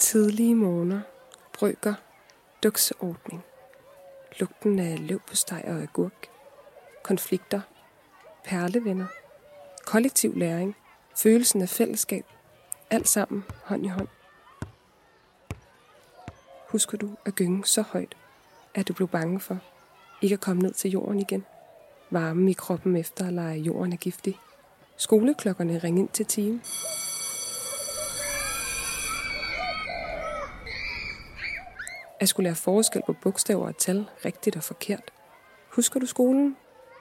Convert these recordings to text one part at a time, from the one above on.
Tidlige morgener, brøker, dukseordning, lugten af leverpostej og agurk, konflikter, perlevenner, kollektiv læring, følelsen af fællesskab, alt sammen hånd i hånd. Husker du at gynge så højt, at du blev bange for ikke at komme ned til jorden igen? Varmen i kroppen efter at lege jorden er giftig. Skoleklokkerne ringe ind til time. At skulle lære forskel på bogstaver og tal, rigtigt og forkert. Husker du skolen?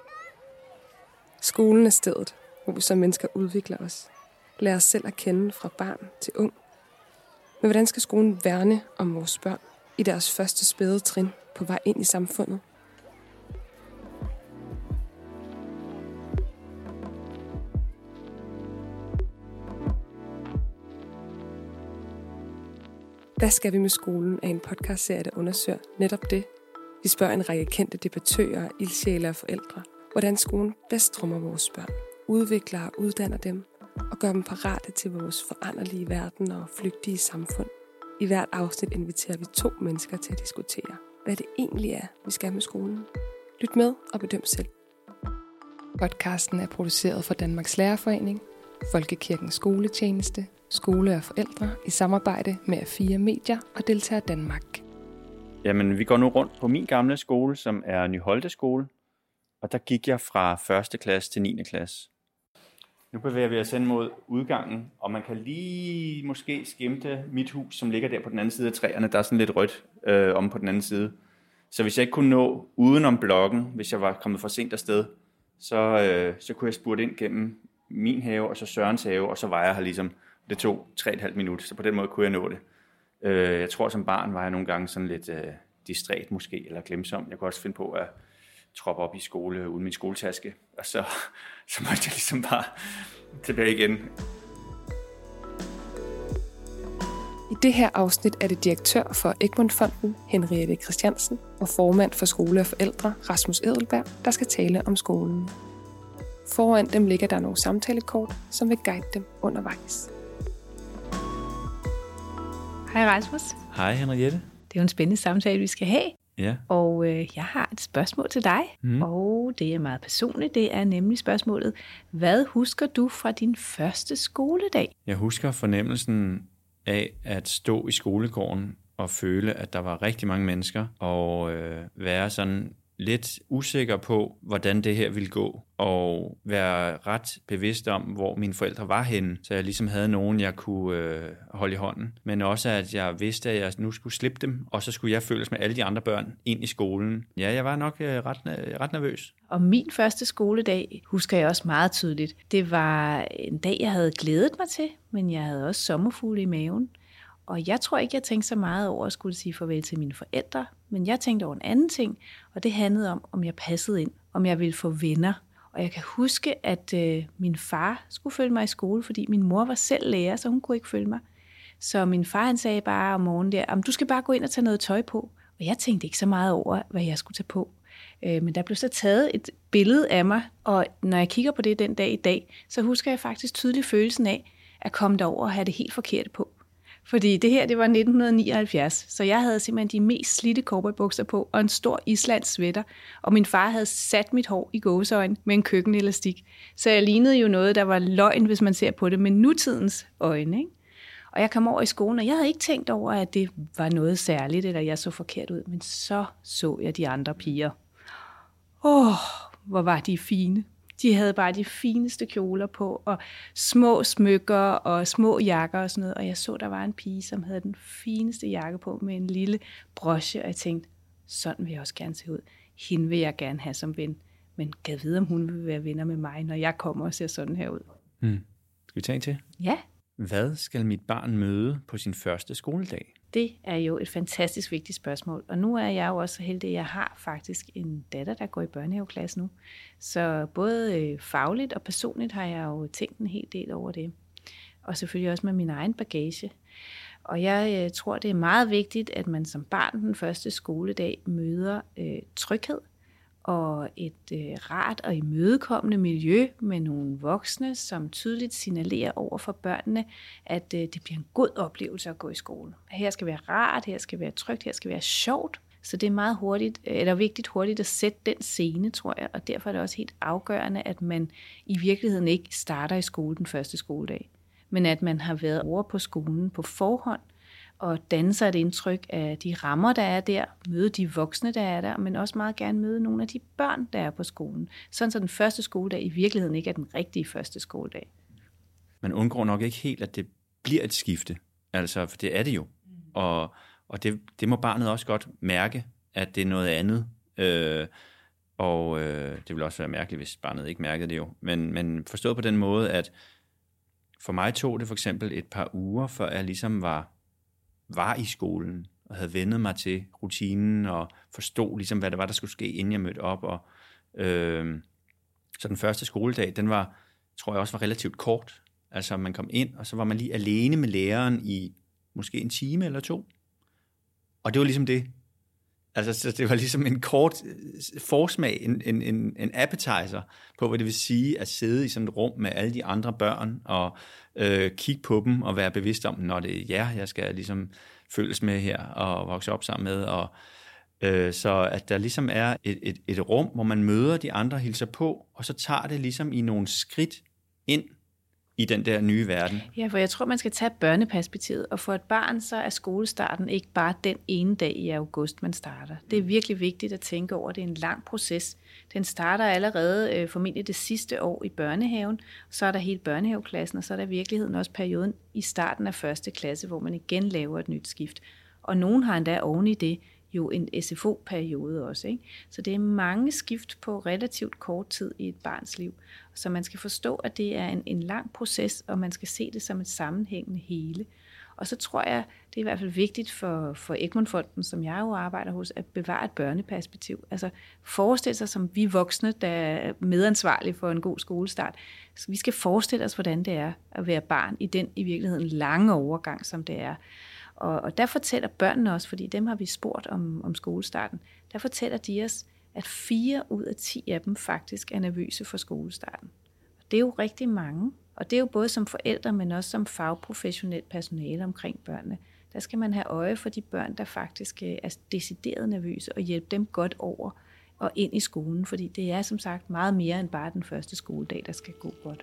Skolen er stedet, hvor vi som mennesker udvikler os. Lærer os selv at kende fra barn til ung. Men hvordan skal skolen værne om vores børn i deres første spæde trin på vej ind i samfundet? Hvad skal vi med skolen er en podcastserie, der undersøger netop det. Vi spørger en række kendte debattører, ildsjæle og forældre, hvordan skolen bedst rummer vores børn, udvikler og uddanner dem og gør dem parate til vores foranderlige verden og flygtige samfund. I hvert afsnit inviterer vi 2 mennesker til at diskutere, hvad det egentlig er, vi skal med skolen. Lyt med og bedøm selv. Podcasten er produceret for Danmarks Lærerforening, Folkekirkens Skoletjeneste, Skole og Forældre i samarbejde med A4 Medier og Deltager Danmark. Jamen, vi går nu rundt på min gamle skole, som er Nyholte skole, og der gik jeg fra 1. klasse til 9. klasse. Nu bevæger vi os hen mod udgangen, og man kan lige måske skimte mit hus, som ligger der på den anden side af træerne. Der er sådan lidt rødt om på den anden side. Så hvis jeg ikke kunne nå udenom blokken, hvis jeg var kommet for sent afsted, så kunne jeg spurte ind gennem min have, og så Sørens have, og så var jeg her ligesom. Det tog 3,5 minutter, så på den måde kunne jeg nå det. Jeg tror, som barn var jeg nogle gange sådan lidt distræt måske, eller glemsom. Jeg kunne også finde på at troppe op i skole uden min skoletaske, og så måtte jeg ligesom bare tilbage igen. I det her afsnit er det direktør for Egmont Fonden, Henriette Christiansen, og formand for Skole og Forældre, Rasmus Edelberg, der skal tale om skolen. Foran dem ligger der nogle samtalekort, som vil guide dem undervejs. Hej Rasmus. Hej Henriette. Det er jo en spændende samtale, vi skal have. Ja. Og jeg har et spørgsmål til dig, og det er meget personligt. Det er nemlig spørgsmålet, hvad husker du fra din første skoledag? Jeg husker fornemmelsen af at stå i skolegården og føle, at der var rigtig mange mennesker, og være sådan lidt usikker på, hvordan det her ville gå, og være ret bevidst om, hvor mine forældre var henne, så jeg ligesom havde nogen, jeg kunne holde i hånden. Men også, at jeg vidste, at jeg nu skulle slippe dem, og så skulle jeg følges med alle de andre børn ind i skolen. Ja, jeg var nok ret nervøs. Og min første skoledag husker jeg også meget tydeligt. Det var en dag, jeg havde glædet mig til, men jeg havde også sommerfugle i maven. Og jeg tror ikke, jeg tænkte så meget over at skulle sige farvel til mine forældre, men jeg tænkte over en anden ting, og det handlede om jeg passede ind, om jeg ville få venner. Og jeg kan huske, at min far skulle følge mig i skole, fordi min mor var selv lærer, så hun kunne ikke følge mig. Så min far han sagde bare om morgenen der, du skal bare gå ind og tage noget tøj på. Og jeg tænkte ikke så meget over, hvad jeg skulle tage på. Men der blev så taget et billede af mig, og når jeg kigger på det den dag i dag, så husker jeg faktisk tydeligt følelsen af at komme derover og have det helt forkert på. Fordi det her, det var 1979, så jeg havde simpelthen de mest slidte cowboybukser på, og en stor islandsk sweater, og min far havde sat mit hår i gåseøjne med en køkkenelastik. Så jeg lignede jo noget, der var løgn, hvis man ser på det med nutidens øjne, ikke? Og jeg kom over i skolen, og jeg havde ikke tænkt over, at det var noget særligt, eller jeg så forkert ud, men så jeg de andre piger. Hvor var de fine. De havde bare de fineste kjoler på, og små smykker og små jakker og sådan noget. Og jeg så, der var en pige, som havde den fineste jakke på med en lille broche. Og jeg tænkte, sådan vil jeg også gerne se ud. Hende vil jeg gerne have som ven. Men gad vide, om hun vil være venner med mig, når jeg kommer og ser sådan her ud. Skal vi tage en til? Ja. Hvad skal mit barn møde på sin første skoledag? Det er jo et fantastisk vigtigt spørgsmål, og nu er jeg jo også så heldig, at jeg har faktisk en datter, der går i børnehaveklasse nu. Så både fagligt og personligt har jeg jo tænkt en hel del over det. Og selvfølgelig også med min egen bagage. Og jeg tror, det er meget vigtigt, at man som barn den første skoledag møder tryghed og et rart og imødekommende miljø med nogle voksne, som tydeligt signalerer over for børnene, at det bliver en god oplevelse at gå i skole. Her skal være rart, her skal være trygt, her skal være sjovt. Så det er meget vigtigt hurtigt at sætte den scene, tror jeg, og derfor er det også helt afgørende, at man i virkeligheden ikke starter i skole den første skoledag, men at man har været over på skolen på forhånd, og danne sig et indtryk af de rammer, der er der, møde de voksne, der er der, men også meget gerne møde nogle af de børn, der er på skolen. Sådan så den første skoledag i virkeligheden ikke er den rigtige første skoledag. Man undgår nok ikke helt, at det bliver et skifte, altså, for det er det jo. Og det må barnet også godt mærke, at det er noget andet. Det vil også være mærkeligt, hvis barnet ikke mærkede det jo. Men forstået på den måde, at for mig tog det for eksempel et par uger, før jeg ligesom var i skolen, og havde vendet mig til rutinen, og forstod ligesom, hvad det var, der skulle ske, inden jeg mødte op. Så den første skoledag, den tror jeg også var relativt kort. Altså man kom ind, og så var man lige alene med læreren i måske en time eller 2. Og det var ligesom det. Altså det var ligesom en kort forsmag, en appetizer på, hvad det vil sige at sidde i sådan et rum med alle de andre børn, og kigge på dem, og være bevidst om, når det er jer, jeg skal ligesom følges med her, og vokse op sammen med, og så at der ligesom er et rum, hvor man møder de andre, hilser på, og så tager det ligesom i nogle skridt ind i den der nye verden. Ja, for jeg tror, man skal tage børneperspektivet, og for et barn, så er skolestarten ikke bare den ene dag i august, man starter. Det er virkelig vigtigt at tænke over, det er en lang proces. Den starter allerede formentlig det sidste år i børnehaven, så er der hele børnehaveklassen, og så er der i virkeligheden også perioden i starten af første klasse, hvor man igen laver et nyt skift. Og nogen har endda oven i det jo en SFO-periode også, ikke? Så det er mange skift på relativt kort tid i et barns liv. Så man skal forstå, at det er en lang proces, og man skal se det som et sammenhængende hele. Og så tror jeg, det er i hvert fald vigtigt for Egmont Fonden, som jeg jo arbejder hos, at bevare et børneperspektiv. Altså forestille sig som vi voksne, der er medansvarlige for en god skolestart. Så vi skal forestille os, hvordan det er at være barn i den i virkeligheden lange overgang, som det er. Og der fortæller børnene også, fordi dem har vi spurgt om skolestarten, der fortæller de os, at 4 ud af 10 af dem faktisk er nervøse for skolestarten. Og det er jo rigtig mange, og det er jo både som forældre, men også som fagprofessionelt personale omkring børnene. Der skal man have øje for de børn, der faktisk er decideret nervøse, og hjælpe dem godt over og ind i skolen, fordi det er som sagt meget mere end bare den første skoledag, der skal gå godt.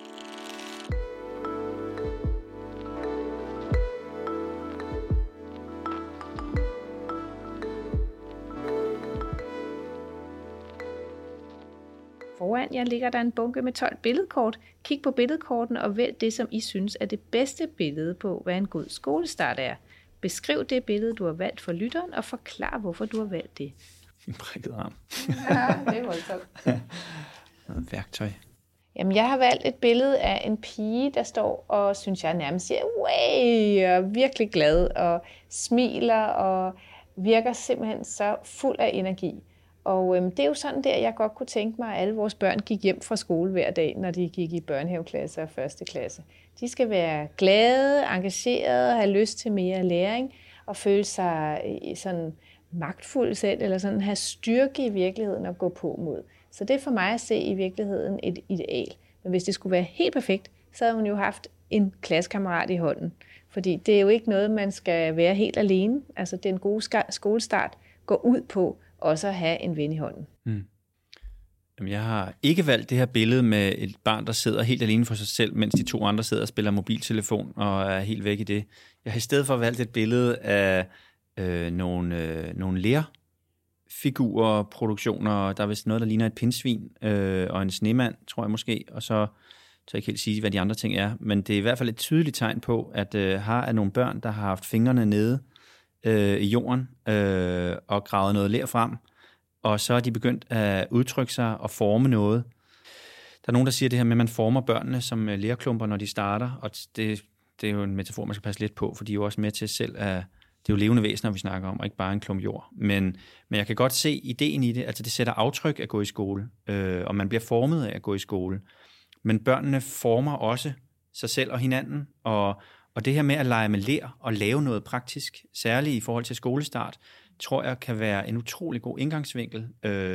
Foran jer ligger der en bunke med 12 billedkort. Kig på billedkortene og vælg det, som I synes er det bedste billede på, hvad en god skolestart er. Beskriv det billede, du har valgt for lytteren, og forklar, hvorfor du har valgt det. En prikket arm. Ja, det er voldsomt. Noget værktøj. Jamen, jeg har valgt et billede af en pige, der står og, synes jeg, nærmest siger, way, og virkelig glad, og smiler, og virker simpelthen så fuld af energi. Og det er jo sådan der, jeg godt kunne tænke mig, at alle vores børn gik hjem fra skole hver dag, når de gik i børnehaveklasse og første klasse. De skal være glade, engagerede, have lyst til mere læring og føle sig sådan magtfulde selv, eller sådan have styrke i virkeligheden at gå på mod. Så det er for mig at se i virkeligheden et ideal. Men hvis det skulle være helt perfekt, så havde hun jo haft en klassekammerat i hånden. Fordi det er jo ikke noget, man skal være helt alene. Altså den gode skolestart går ud på også at have en ven i hånden. Jamen, jeg har ikke valgt det her billede med et barn, der sidder helt alene for sig selv, mens de 2 andre sidder og spiller mobiltelefon og er helt væk i det. Jeg har i stedet for valgt et billede af nogle lerfigurer, produktioner. Der er vist noget, der ligner et pindsvin og en snemand, tror jeg måske. Og så jeg ikke helt sige, hvad de andre ting er. Men det er i hvert fald et tydeligt tegn på, at her er nogle børn, der har haft fingrene nede i jorden og gravet noget ler frem, og så er de begyndt at udtrykke sig og forme noget. Der er nogen, der siger det her med, at man former børnene som lerklumper, når de starter, og det er jo en metafor, man skal passe lidt på, for de er jo også med til selv at det er jo levende væsener, vi snakker om, og ikke bare en klump jord. Men jeg kan godt se ideen i det, altså det sætter aftryk at gå i skole, og man bliver formet af at gå i skole. Men børnene former også sig selv og hinanden, og det her med at lege med ler og lave noget praktisk, særligt i forhold til skolestart, tror jeg kan være en utrolig god indgangsvinkel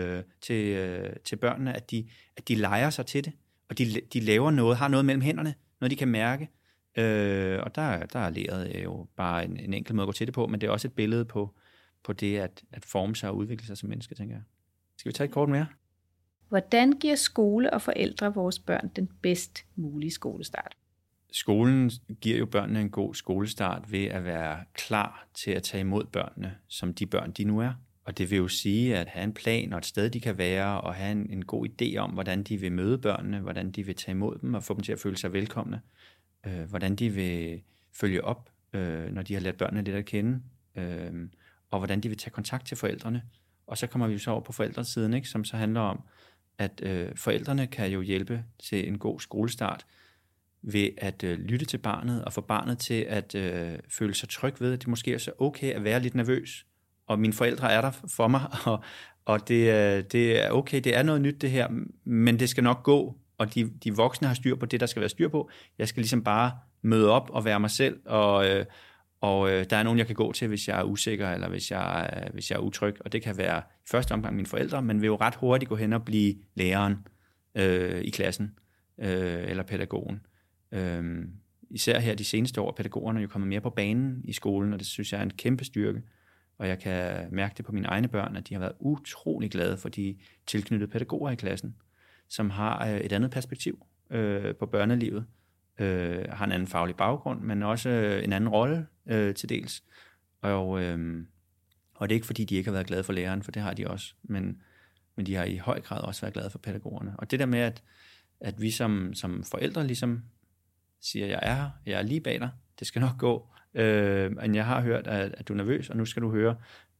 til børnene, at de leger sig til det, og de laver noget, har noget mellem hænderne, noget de kan mærke. Og der er læret jo bare en enkelt måde at gå til det på, men det er også et billede på det at forme sig og udvikle sig som menneske, tænker jeg. Skal vi tage et kort mere? Hvordan giver skole og forældre vores børn den bedst mulige skolestart? Skolen giver jo børnene en god skolestart ved at være klar til at tage imod børnene, som de børn, de nu er. Og det vil jo sige at have en plan og et sted, de kan være, og have en god idé om, hvordan de vil møde børnene, hvordan de vil tage imod dem og få dem til at føle sig velkomne, hvordan de vil følge op, når de har lært børnene lidt at kende, og hvordan de vil tage kontakt til forældrene. Og så kommer vi så over på forældresiden, ikke, som så handler om, at forældrene kan jo hjælpe til en god skolestart ved at lytte til barnet og få barnet til at føle sig tryg ved, at det måske er så okay at være lidt nervøs. Og mine forældre er der for mig, og det er okay, det er noget nyt det her, men det skal nok gå, og de voksne har styr på det, der skal være styr på. Jeg skal ligesom bare møde op og være mig selv, og der er nogen, jeg kan gå til, hvis jeg er usikker, eller hvis jeg er utryg. Og det kan være i første omgang mine forældre, men vil jo ret hurtigt gå hen og blive læreren i klassen, eller pædagogen. Især her de seneste år, pædagogerne er jo kommet mere på banen i skolen, og det synes jeg er en kæmpe styrke. Og jeg kan mærke det på mine egne børn, at de har været utrolig glade for de tilknyttede pædagoger i klassen, som har et andet perspektiv på børnelivet, har en anden faglig baggrund, men også en anden rolle til dels. Og det er ikke fordi, de ikke har været glade for læreren, for det har de også, men de har i høj grad også været glade for pædagogerne. Og det der med, at vi som forældre ligesom siger, jeg er her, jeg er lige bag dig, det skal nok gå, men jeg har hørt, at du er nervøs, og nu skal du høre,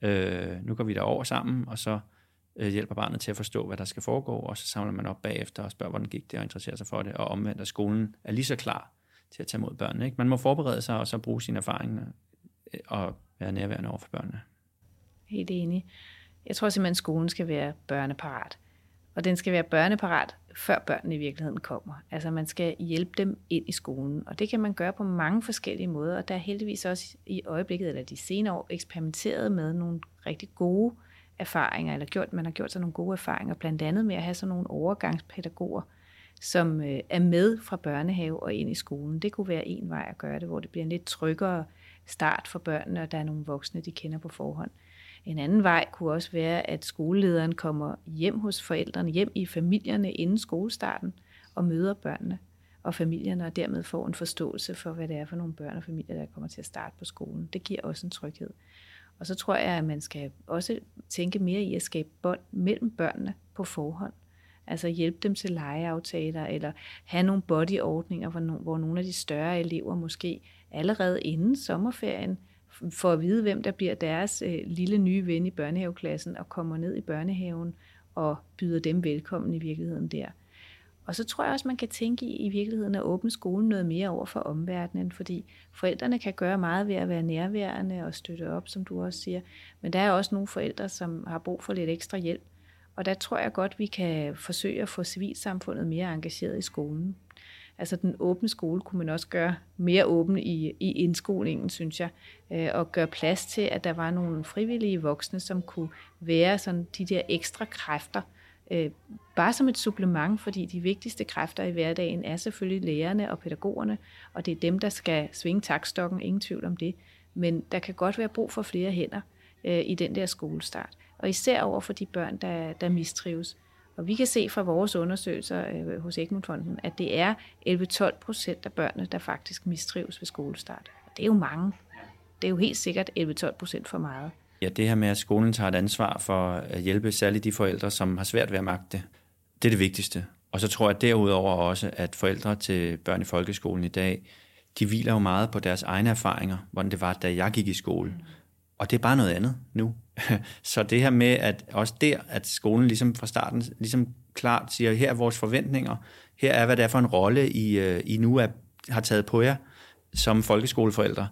nu går vi derover sammen, og så hjælper barnet til at forstå, hvad der skal foregå, og så samler man op bagefter og spørger, hvordan gik det, og interesserer sig for det, og omvendt, at skolen er lige så klar til at tage imod børnene. Ikke? Man må forberede sig, og så bruge sine erfaringer, og være nærværende over for børnene. Helt enig. Jeg tror simpelthen, at skolen skal være børneparat. Og den skal være børneparat, før børnene i virkeligheden kommer. Altså man skal hjælpe dem ind i skolen, og det kan man gøre på mange forskellige måder, og der er heldigvis også i øjeblikket, eller de senere år, eksperimenteret med nogle rigtig gode erfaringer, eller man har gjort sig nogle gode erfaringer, blandt andet med at have sådan nogle overgangspædagoger, som er med fra børnehave og ind i skolen. Det kunne være en vej at gøre det, hvor det bliver en lidt tryggere start for børnene, og der er nogle voksne, de kender på forhånd. En anden vej kunne også være, at skolelederen kommer hjem hos forældrene, hjem i familierne inden skolestarten, og møder børnene og familierne, og dermed får en forståelse for, hvad det er for nogle børn og familier, der kommer til at starte på skolen. Det giver også en tryghed. Og så tror jeg, at man skal også tænke mere i at skabe bånd mellem børnene på forhånd. Altså hjælpe dem til legeaftaler, eller have nogle buddy-ordninger, hvor nogle af de større elever måske allerede inden sommerferien for at vide, hvem der bliver deres lille nye ven i børnehaveklassen, og kommer ned i børnehaven og byder dem velkommen i virkeligheden der. Og så tror jeg også, man kan tænke i virkeligheden at åbne skolen noget mere over for omverdenen, fordi forældrene kan gøre meget ved at være nærværende og støtte op, som du også siger. Men der er også nogle forældre, som har brug for lidt ekstra hjælp. Og der tror jeg godt, vi kan forsøge at få civilsamfundet mere engageret i skolen. Altså den åbne skole kunne man også gøre mere åben i indskolingen, synes jeg, og gøre plads til, at der var nogle frivillige voksne, som kunne være sådan de der ekstra kræfter, bare som et supplement, fordi de vigtigste kræfter i hverdagen er selvfølgelig lærerne og pædagogerne, og det er dem, der skal svinge taktstokken, ingen tvivl om det. Men der kan godt være brug for flere hænder i den der skolestart, og især over for de børn, der mistrives. Og vi kan se fra vores undersøgelser hos Egmont Fonden, at det er 11-12% af børnene, der faktisk mistrives ved skolestart. Og det er jo mange. Det er jo helt sikkert 11-12% for meget. Ja, det her med, at skolen tager et ansvar for at hjælpe særligt de forældre, som har svært ved at magte, det er det vigtigste. Og så tror jeg derudover også, at forældre til børn i folkeskolen i dag, de hviler jo meget på deres egne erfaringer, hvordan det var, da jeg gik i skole. Og det er bare noget andet nu. Så det her med, at også der, at skolen ligesom fra starten ligesom klart siger, her er vores forventninger, her er, hvad det er for en rolle, I nu har taget på jer som folkeskoleforældre,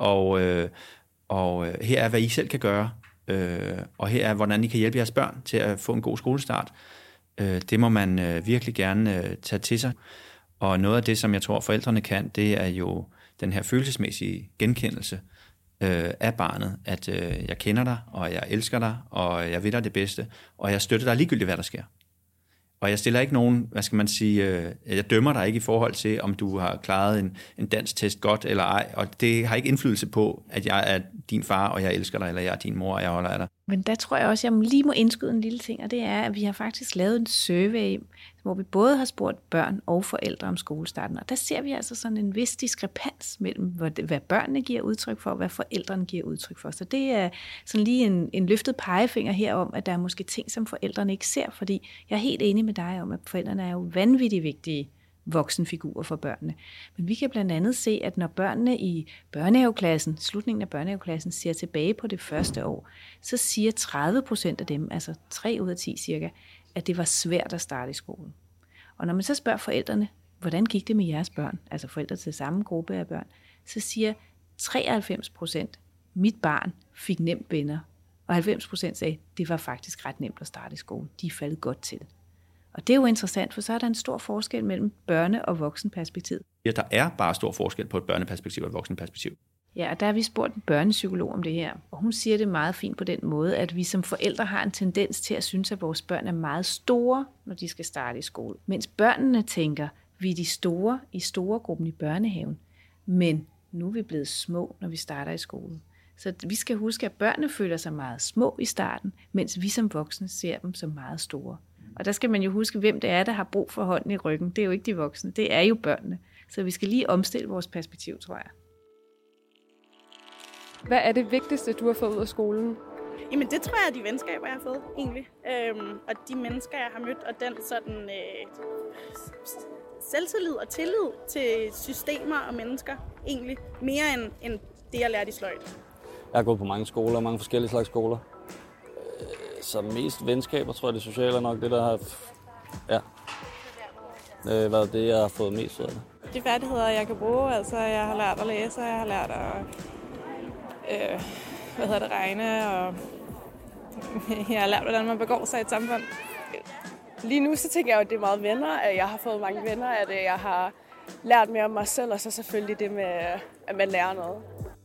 og her er, hvad I selv kan gøre, og her er, hvordan I kan hjælpe jeres børn til at få en god skolestart. Det må man virkelig gerne tage til sig. Og noget af det, som jeg tror, forældrene kan, det er jo den her følelsesmæssige genkendelse. af barnet, at jeg kender dig, og jeg elsker dig, og jeg vil dig det bedste, og jeg støtter dig ligegyldigt, hvad der sker. Og jeg stiller ikke nogen, jeg dømmer dig ikke i forhold til, om du har klaret en dansk test godt eller ej, og det har ikke indflydelse på, at jeg er din far, og jeg elsker dig, eller jeg er din mor, og jeg holder af dig. Men der tror jeg også, at jeg lige må indskyde en lille ting, og det er, at vi har faktisk lavet en survey, hvor vi både har spurgt børn og forældre om skolestarten, og der ser vi altså sådan en vis diskrepans mellem, hvad børnene giver udtryk for, og hvad forældrene giver udtryk for. Så det er sådan lige en løftet pegefinger herom, at der er måske ting, som forældrene ikke ser, fordi jeg er helt enig med dig om, at forældrene er jo vanvittigt vigtige voksenfigurer for børnene. Men vi kan blandt andet se, at når børnene i børnehaveklassen, slutningen af børnehaveklassen, ser tilbage på det første år, så siger 30% af dem, altså 3 ud af 10 cirka, at det var svært at starte i skolen. Og når man så spørger forældrene, hvordan gik det med jeres børn, altså forældre til samme gruppe af børn, så siger 93%, mit barn fik nemt venner, og 90% sagde, det var faktisk ret nemt at starte i skole. De faldt godt til. Og det er jo interessant, for så er der en stor forskel mellem børne- og voksenperspektiv. Ja, der er bare stor forskel på et børneperspektiv og et voksenperspektiv. Ja, og der har vi spurgt en børnepsykolog om det her, og hun siger det meget fint på den måde, at vi som forældre har en tendens til at synes, at vores børn er meget store, når de skal starte i skole. Mens børnene tænker, vi er de store i store gruppen i børnehaven, men nu er vi blevet små, når vi starter i skolen. Så vi skal huske, at børnene føler sig meget små i starten, mens vi som voksne ser dem som meget store. Og der skal man jo huske, hvem det er, der har brug for hånden i ryggen. Det er jo ikke de voksne, det er jo børnene. Så vi skal lige omstille vores perspektiv, tror jeg. Hvad er det vigtigste, du har fået ud af skolen? Jamen det tror jeg er de venskaber, jeg har fået, egentlig. Og de mennesker, jeg har mødt, og den sådan selvtillid og tillid til systemer og mennesker, egentlig. Mere end det, jeg lærte i sløjt. Jeg har gået på mange skoler, mange forskellige slags skoler. Så mest venskaber, tror jeg, det sociale er nok det, der har været det, jeg har fået mest ud af det. De færdigheder, jeg kan bruge, altså jeg har lært at læse, jeg har lært at regne, og jeg har lært, hvordan man begår sig i et samfund. Lige nu så tænker jeg jo, at det er meget venner, at jeg har fået mange venner, at jeg har lært mere om mig selv, og så selvfølgelig det med, at man lærer noget.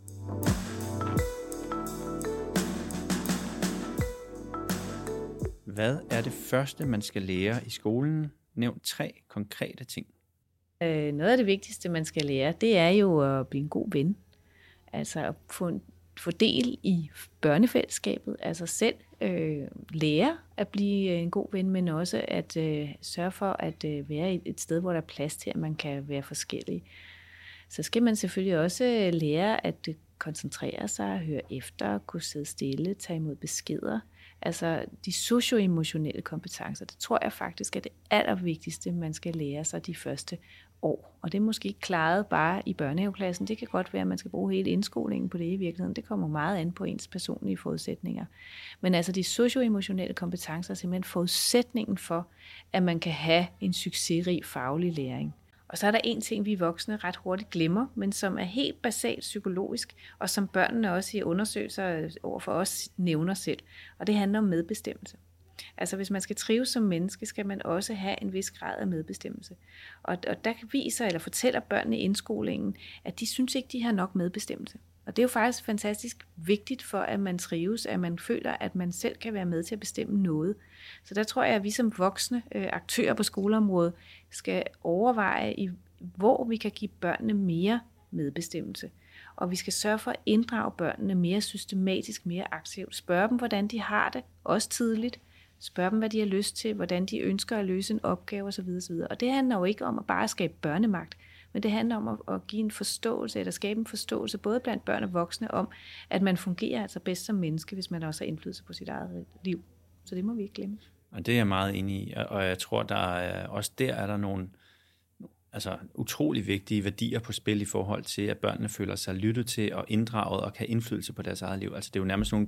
Hvad er det første, man skal lære i skolen? Nævn 3 konkrete ting. Noget af det vigtigste, man skal lære, det er jo at blive en god ven. Altså at få del i børnefællesskabet, altså selv lære at blive en god ven, men også at sørge for at være et sted, hvor der er plads til, at man kan være forskellig. Så skal man selvfølgelig også lære at koncentrere sig, høre efter, kunne sidde stille, tage imod beskeder. Altså de socio-emotionelle kompetencer, det tror jeg faktisk er det allervigtigste, man skal lære sig de første år. Og det er måske ikke klaret bare i børnehaveklassen. Det kan godt være, at man skal bruge hele indskolingen på det i virkeligheden. Det kommer meget an på ens personlige forudsætninger. Men altså de socio-emotionelle kompetencer er simpelthen forudsætningen for, at man kan have en succesrig faglig læring. Og så er der en ting, vi voksne ret hurtigt glemmer, men som er helt basalt psykologisk, og som børnene også i undersøgelser overfor os nævner selv. Og det handler om medbestemmelse. Altså hvis man skal trives som menneske, skal man også have en vis grad af medbestemmelse. Og der viser eller fortæller børnene i indskolingen, at de synes ikke, de har nok medbestemmelse. Og det er jo faktisk fantastisk vigtigt for, at man trives, at man føler, at man selv kan være med til at bestemme noget. Så der tror jeg, at vi som voksne aktører på skoleområdet skal overveje, hvor vi kan give børnene mere medbestemmelse. Og vi skal sørge for at inddrage børnene mere systematisk, mere aktivt. Spørge dem, hvordan de har det, også tidligt. Spørge dem, hvad de har lyst til, hvordan de ønsker at løse en opgave osv. osv. Og det handler jo ikke om at bare skabe børnemagt, men det handler om at give en forståelse, eller skabe en forståelse, både blandt børn og voksne, om, at man fungerer altså bedst som menneske, hvis man også har indflydelse på sit eget liv. Så det må vi ikke glemme. Og det er jeg meget enig i, og jeg tror, der er, også der er der nogle utrolig vigtige værdier på spil i forhold til, at børnene føler sig lyttet til og inddraget og kan have indflydelse på deres eget liv. Altså det er jo nærmest nogle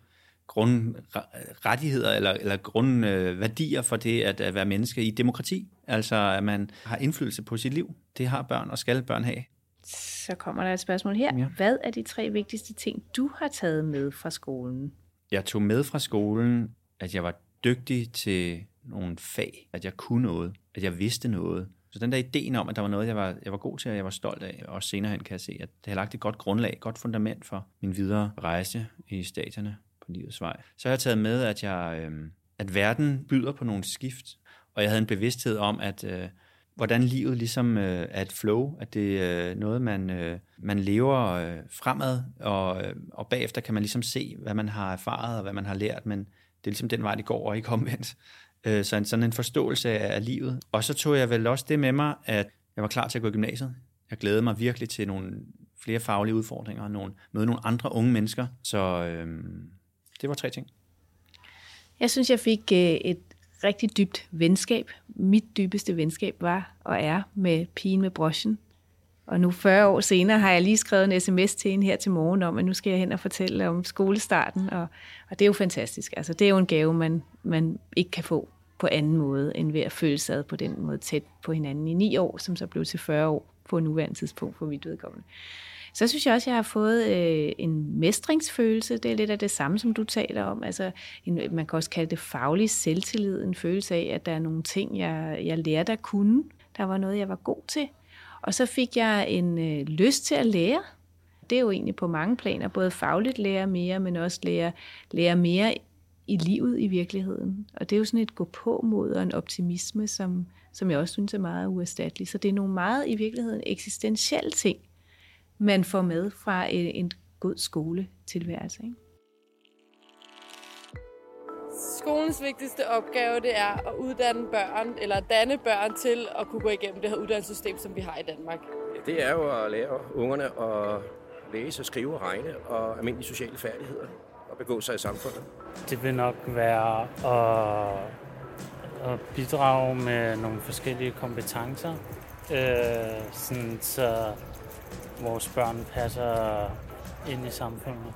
grundrettigheder eller grundværdier for det at være menneske i demokrati. Altså at man har indflydelse på sit liv. Det har børn og skal børn have. Så kommer der et spørgsmål her. Ja. Hvad er de 3 vigtigste ting, du har taget med fra skolen? Jeg tog med fra skolen, at jeg var dygtig til nogle fag, at jeg kunne noget, at jeg vidste noget, Så den der ideen om, at der var noget, jeg var god til, og jeg var stolt af, og også senere hen kan jeg se, at det har lagt et godt grundlag, et godt fundament for min videre rejse i stadierne på livets vej. Så har jeg taget med, at verden byder på nogle skift, og jeg havde en bevidsthed om, at hvordan livet ligesom er et flow, at det er noget, man lever fremad, og bagefter kan man ligesom se, hvad man har erfaret og hvad man har lært, men det er ligesom den vej, det går, og ikke omvendt. Så sådan en forståelse af livet. Og så tog jeg vel også det med mig, at jeg var klar til at gå i gymnasiet. Jeg glædede mig virkelig til nogle flere faglige udfordringer, møde nogle andre unge mennesker. Så det var 3 ting. Jeg synes, jeg fik et rigtig dybt venskab. Mit dybeste venskab var og er med pigen med brochen. Og nu 40 år senere har jeg lige skrevet en sms til hende her til morgen om, at nu skal jeg hen og fortælle om skolestarten. Og det er jo fantastisk. Altså, det er jo en gave, man ikke kan få på anden måde, end ved at føle sig på den måde tæt på hinanden i 9 år, som så blev til 40 år på nuværende tidspunkt for mit vedkommende. Så synes jeg også, at jeg har fået en mestringsfølelse. Det er lidt af det samme, som du taler om. Altså, man kan også kalde det faglig selvtillid. En følelse af, at der er nogle ting, jeg lærte at kunne. Der var noget, jeg var god til. Og så fik jeg en lyst til at lære. Det er jo egentlig på mange planer. Både fagligt lære mere, men også lære mere i livet i virkeligheden. Og det er jo sådan et gå på mod og en optimisme, som jeg også synes er meget uerstattelig. Så det er nogle meget i virkeligheden eksistentielle ting, man får med fra en god skoletilværelse. Ikke? Skolens vigtigste opgave, det er at uddanne børn, eller danne børn til at kunne gå igennem det her uddannelsessystem, som vi har i Danmark. Det er jo at lære ungerne at læse, skrive og regne og almindelige sociale færdigheder og begå sig i samfundet. Det vil nok være at bidrage med nogle forskellige kompetencer, sådan så vores børn passer ind i samfundet.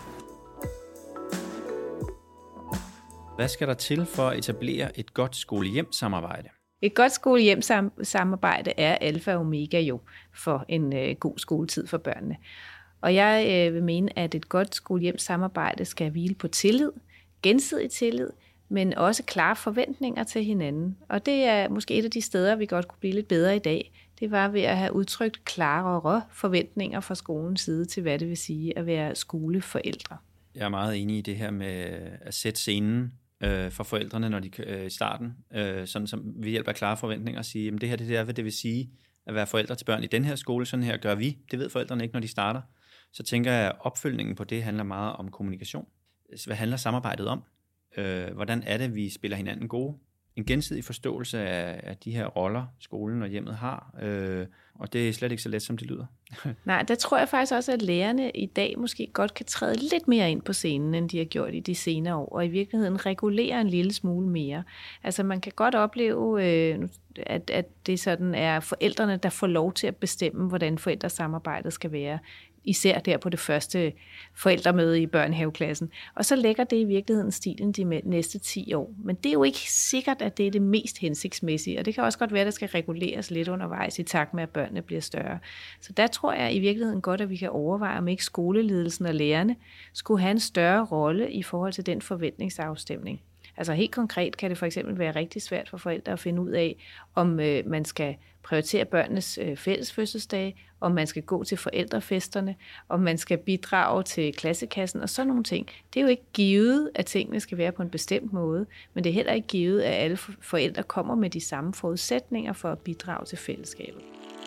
Hvad skal der til for at etablere et godt skole-hjem-samarbejde? Et godt skole-hjem-samarbejde er alfa og omega jo for en god skoletid for børnene. Og jeg vil mene, at et godt skole-hjem-samarbejde skal hvile på tillid, gensidig tillid, men også klare forventninger til hinanden. Og det er måske et af de steder, vi godt kunne blive lidt bedre i dag. Det var ved at have udtrykt klarere forventninger fra skolens side til, hvad det vil sige at være skoleforældre. Jeg er meget enig i det her med at sætte scenen for forældrene, når de i starten, sådan som vi hjælper klare forventninger og sige, at det her det er, hvad det vil sige at være forældre til børn i den her skole, sådan her gør vi. Det ved forældrene ikke, når de starter. Så tænker jeg, at opfølgningen på det handler meget om kommunikation. Hvad handler samarbejdet om? Hvordan er det, vi spiller hinanden gode? En gensidig forståelse af de her roller, skolen og hjemmet har, og det er slet ikke så let, som det lyder. Nej, der tror jeg faktisk også, at lærerne i dag måske godt kan træde lidt mere ind på scenen, end de har gjort i de senere år, og i virkeligheden regulere en lille smule mere. Altså man kan godt opleve, at det sådan er forældrene, der får lov til at bestemme, hvordan forældresamarbejdet skal være. Især der på det første forældremøde i børnehaveklassen. Og så lægger det i virkeligheden stilen de næste 10 år. Men det er jo ikke sikkert, at det er det mest hensigtsmæssige. Og det kan også godt være, at det skal reguleres lidt undervejs i takt med, at børnene bliver større. Så der tror jeg i virkeligheden godt, at vi kan overveje, om ikke skoleledelsen og lærerne skulle have en større rolle i forhold til den forventningsafstemning. Altså helt konkret kan det for eksempel være rigtig svært for forældre at finde ud af, om man skal prioritere børnenes fælles fødselsdage, om man skal gå til forældrefesterne, om man skal bidrage til klassekassen og sådan nogle ting. Det er jo ikke givet, at tingene skal være på en bestemt måde, men det er heller ikke givet, at alle forældre kommer med de samme forudsætninger for at bidrage til fællesskabet.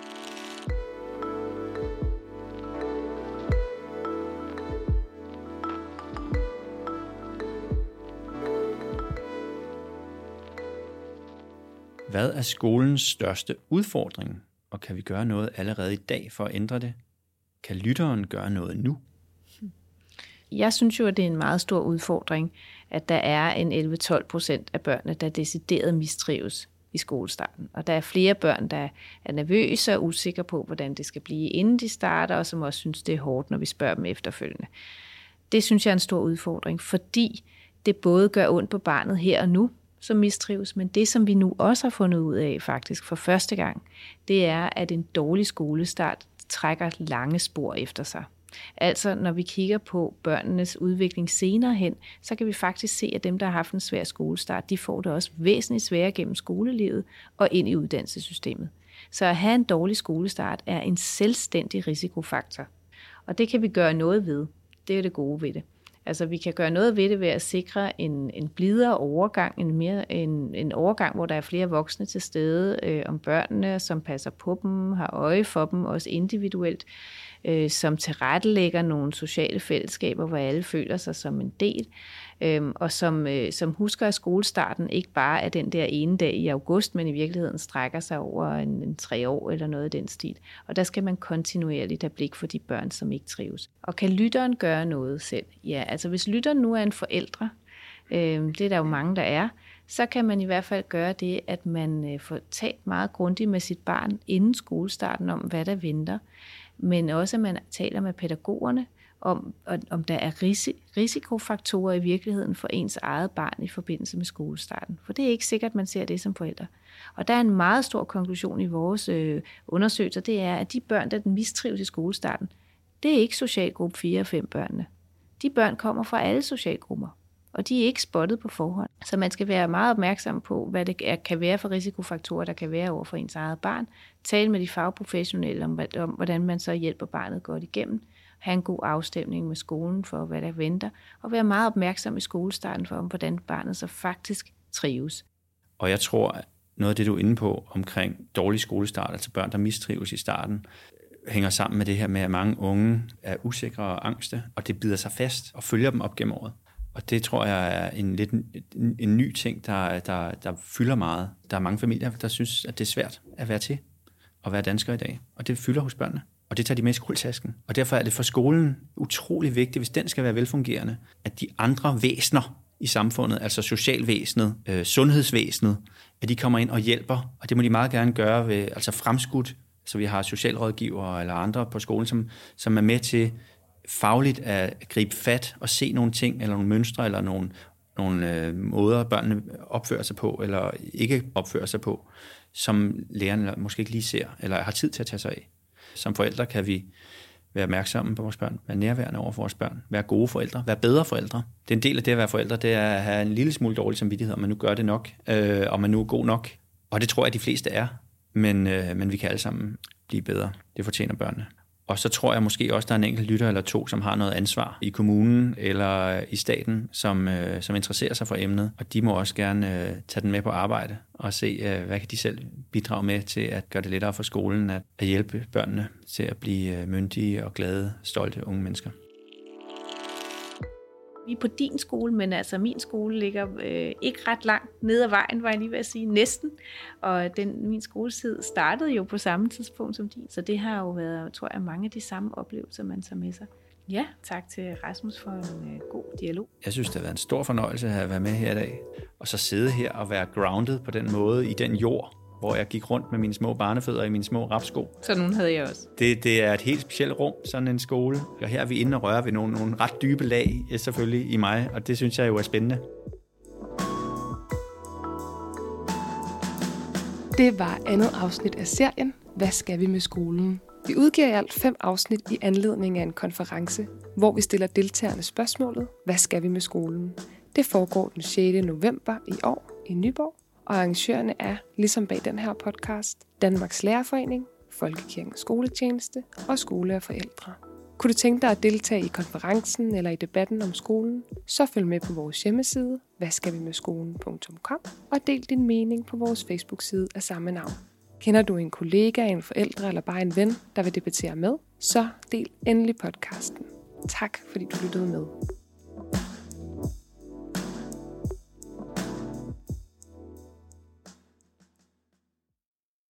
Hvad er skolens største udfordring, og kan vi gøre noget allerede i dag for at ændre det? Kan lytteren gøre noget nu? Jeg synes jo, at det er en meget stor udfordring, at der er en 11-12% af børnene, der decideret mistrives i skolestarten. Og der er flere børn, der er nervøse og usikre på, hvordan det skal blive, inden de starter, og som også synes, det er hårdt, når vi spørger dem efterfølgende. Det synes jeg er en stor udfordring, fordi det både gør ondt på barnet her og nu, som mistrives, men det, som vi nu også har fundet ud af faktisk for første gang, det er, at en dårlig skolestart trækker lange spor efter sig. Altså, når vi kigger på børnenes udvikling senere hen, så kan vi faktisk se, at dem, der har haft en svær skolestart, de får det også væsentligt sværere gennem skolelivet og ind i uddannelsessystemet. Så at have en dårlig skolestart er en selvstændig risikofaktor. Og det kan vi gøre noget ved. Det er det gode ved det. Altså vi kan gøre noget ved det ved at sikre en blidere overgang, en overgang, hvor der er flere voksne til stede om børnene, som passer på dem, har øje for dem, også individuelt, som tilrettelægger nogle sociale fællesskaber, hvor alle føler sig som en del, og som husker, at skolestarten ikke bare er den der ene dag i august, men i virkeligheden strækker sig over en 3 år eller noget i den stil. Og der skal man kontinuerligt have blik for de børn, som ikke trives. Og kan lytteren gøre noget selv? Ja, altså hvis lytteren nu er en forældre, det er der jo mange, der er, så kan man i hvert fald gøre det, at man får talt meget grundigt med sit barn inden skolestarten om, hvad der venter, men også at man taler med pædagogerne om der er risikofaktorer i virkeligheden for ens eget barn i forbindelse med skolestarten. For det er ikke sikkert, at man ser det som forældre. Og der er en meget stor konklusion i vores undersøgelser, det er, at de børn, der mistrives i skolestarten, det er ikke socialgruppe 4 og 5 børnene. De børn kommer fra alle socialgrupper, og de er ikke spottet på forhånd. Så man skal være meget opmærksom på, hvad det kan være for risikofaktorer, der kan være over for ens eget barn. Tale med de fagprofessionelle om, hvordan man så hjælper barnet godt igennem. Have en god afstemning med skolen for, hvad der venter. Og være meget opmærksom i skolestarten for, hvordan barnet så faktisk trives. Og jeg tror, at noget af det, du er inde på omkring dårlig skolestart, altså børn, der mistrives i starten, hænger sammen med det her med, at mange unge er usikre og angste, og det bider sig fast og følger dem op gennem året. Og det tror jeg er en ny ting, der fylder meget. Der er mange familier, der synes, at det er svært at være til at være dansker i dag. Og det fylder hos børnene. Og det tager de med i skoletasken. Og derfor er det for skolen utrolig vigtigt, hvis den skal være velfungerende, at de andre væsener i samfundet, altså socialvæsenet, sundhedsvæsenet, at de kommer ind og hjælper. Og det må de meget gerne gøre ved altså fremskudt. Så vi har socialrådgivere eller andre på skolen, som er med til fagligt at gribe fat og se nogle ting, eller nogle mønstre, eller nogle måder, børnene opfører sig på, eller ikke opfører sig på, som lærerne måske ikke lige ser, eller har tid til at tage sig af. Som forældre kan vi være opmærksomme på vores børn, være nærværende over for vores børn, være gode forældre, være bedre forældre. Det er en del af det at være forældre, det er at have en lille smule dårlig samvittighed, om man nu gør det nok, og man nu er god nok. Og det tror jeg, at de fleste er, men vi kan alle sammen blive bedre. Det fortjener børnene. Og så tror jeg måske også, der er en enkelt lytter eller to, som har noget ansvar i kommunen eller i staten, som interesserer sig for emnet. Og de må også gerne tage den med på arbejde og se, hvad kan de selv bidrage med til at gøre det lettere for skolen at hjælpe børnene til at blive myndige og glade, stolte unge mennesker. Vi er på din skole, men altså min skole ligger ikke ret langt ned ad vejen, var jeg lige ved at sige, næsten. Og min skoletid startede jo på samme tidspunkt som din, så det har jo været, tror jeg, mange af de samme oplevelser, man tager med sig. Ja, tak til Rasmus for en god dialog. Jeg synes, det har været en stor fornøjelse at være med her i dag, og så sidde her og være grounded på den måde i den jord, hvor jeg gik rundt med mine små barnefødder i mine små rapsko. Så nogen havde jeg også. Det er et helt specielt rum, sådan en skole. Og her er vi inde og rører ved nogle ret dybe lag, selvfølgelig i mig, og det synes jeg jo er spændende. Det var andet afsnit af serien Hvad skal vi med skolen? Vi udgiver i alt 5 afsnit i anledning af en konference, hvor vi stiller deltagerne spørgsmålet, hvad skal vi med skolen? Det foregår den 6. november i år i Nyborg. Og arrangørerne er, ligesom bag den her podcast, Danmarks Lærerforening, Folkekirkens Skoletjeneste og Skole og Forældre. Kunne du tænke dig at deltage i konferencen eller i debatten om skolen, så følg med på vores hjemmeside, hvadskalvimedskolen.com, og del din mening på vores Facebook-side af samme navn. Kender du en kollega, en forældre eller bare en ven, der vil debattere med, så del endelig podcasten. Tak fordi du lyttede med.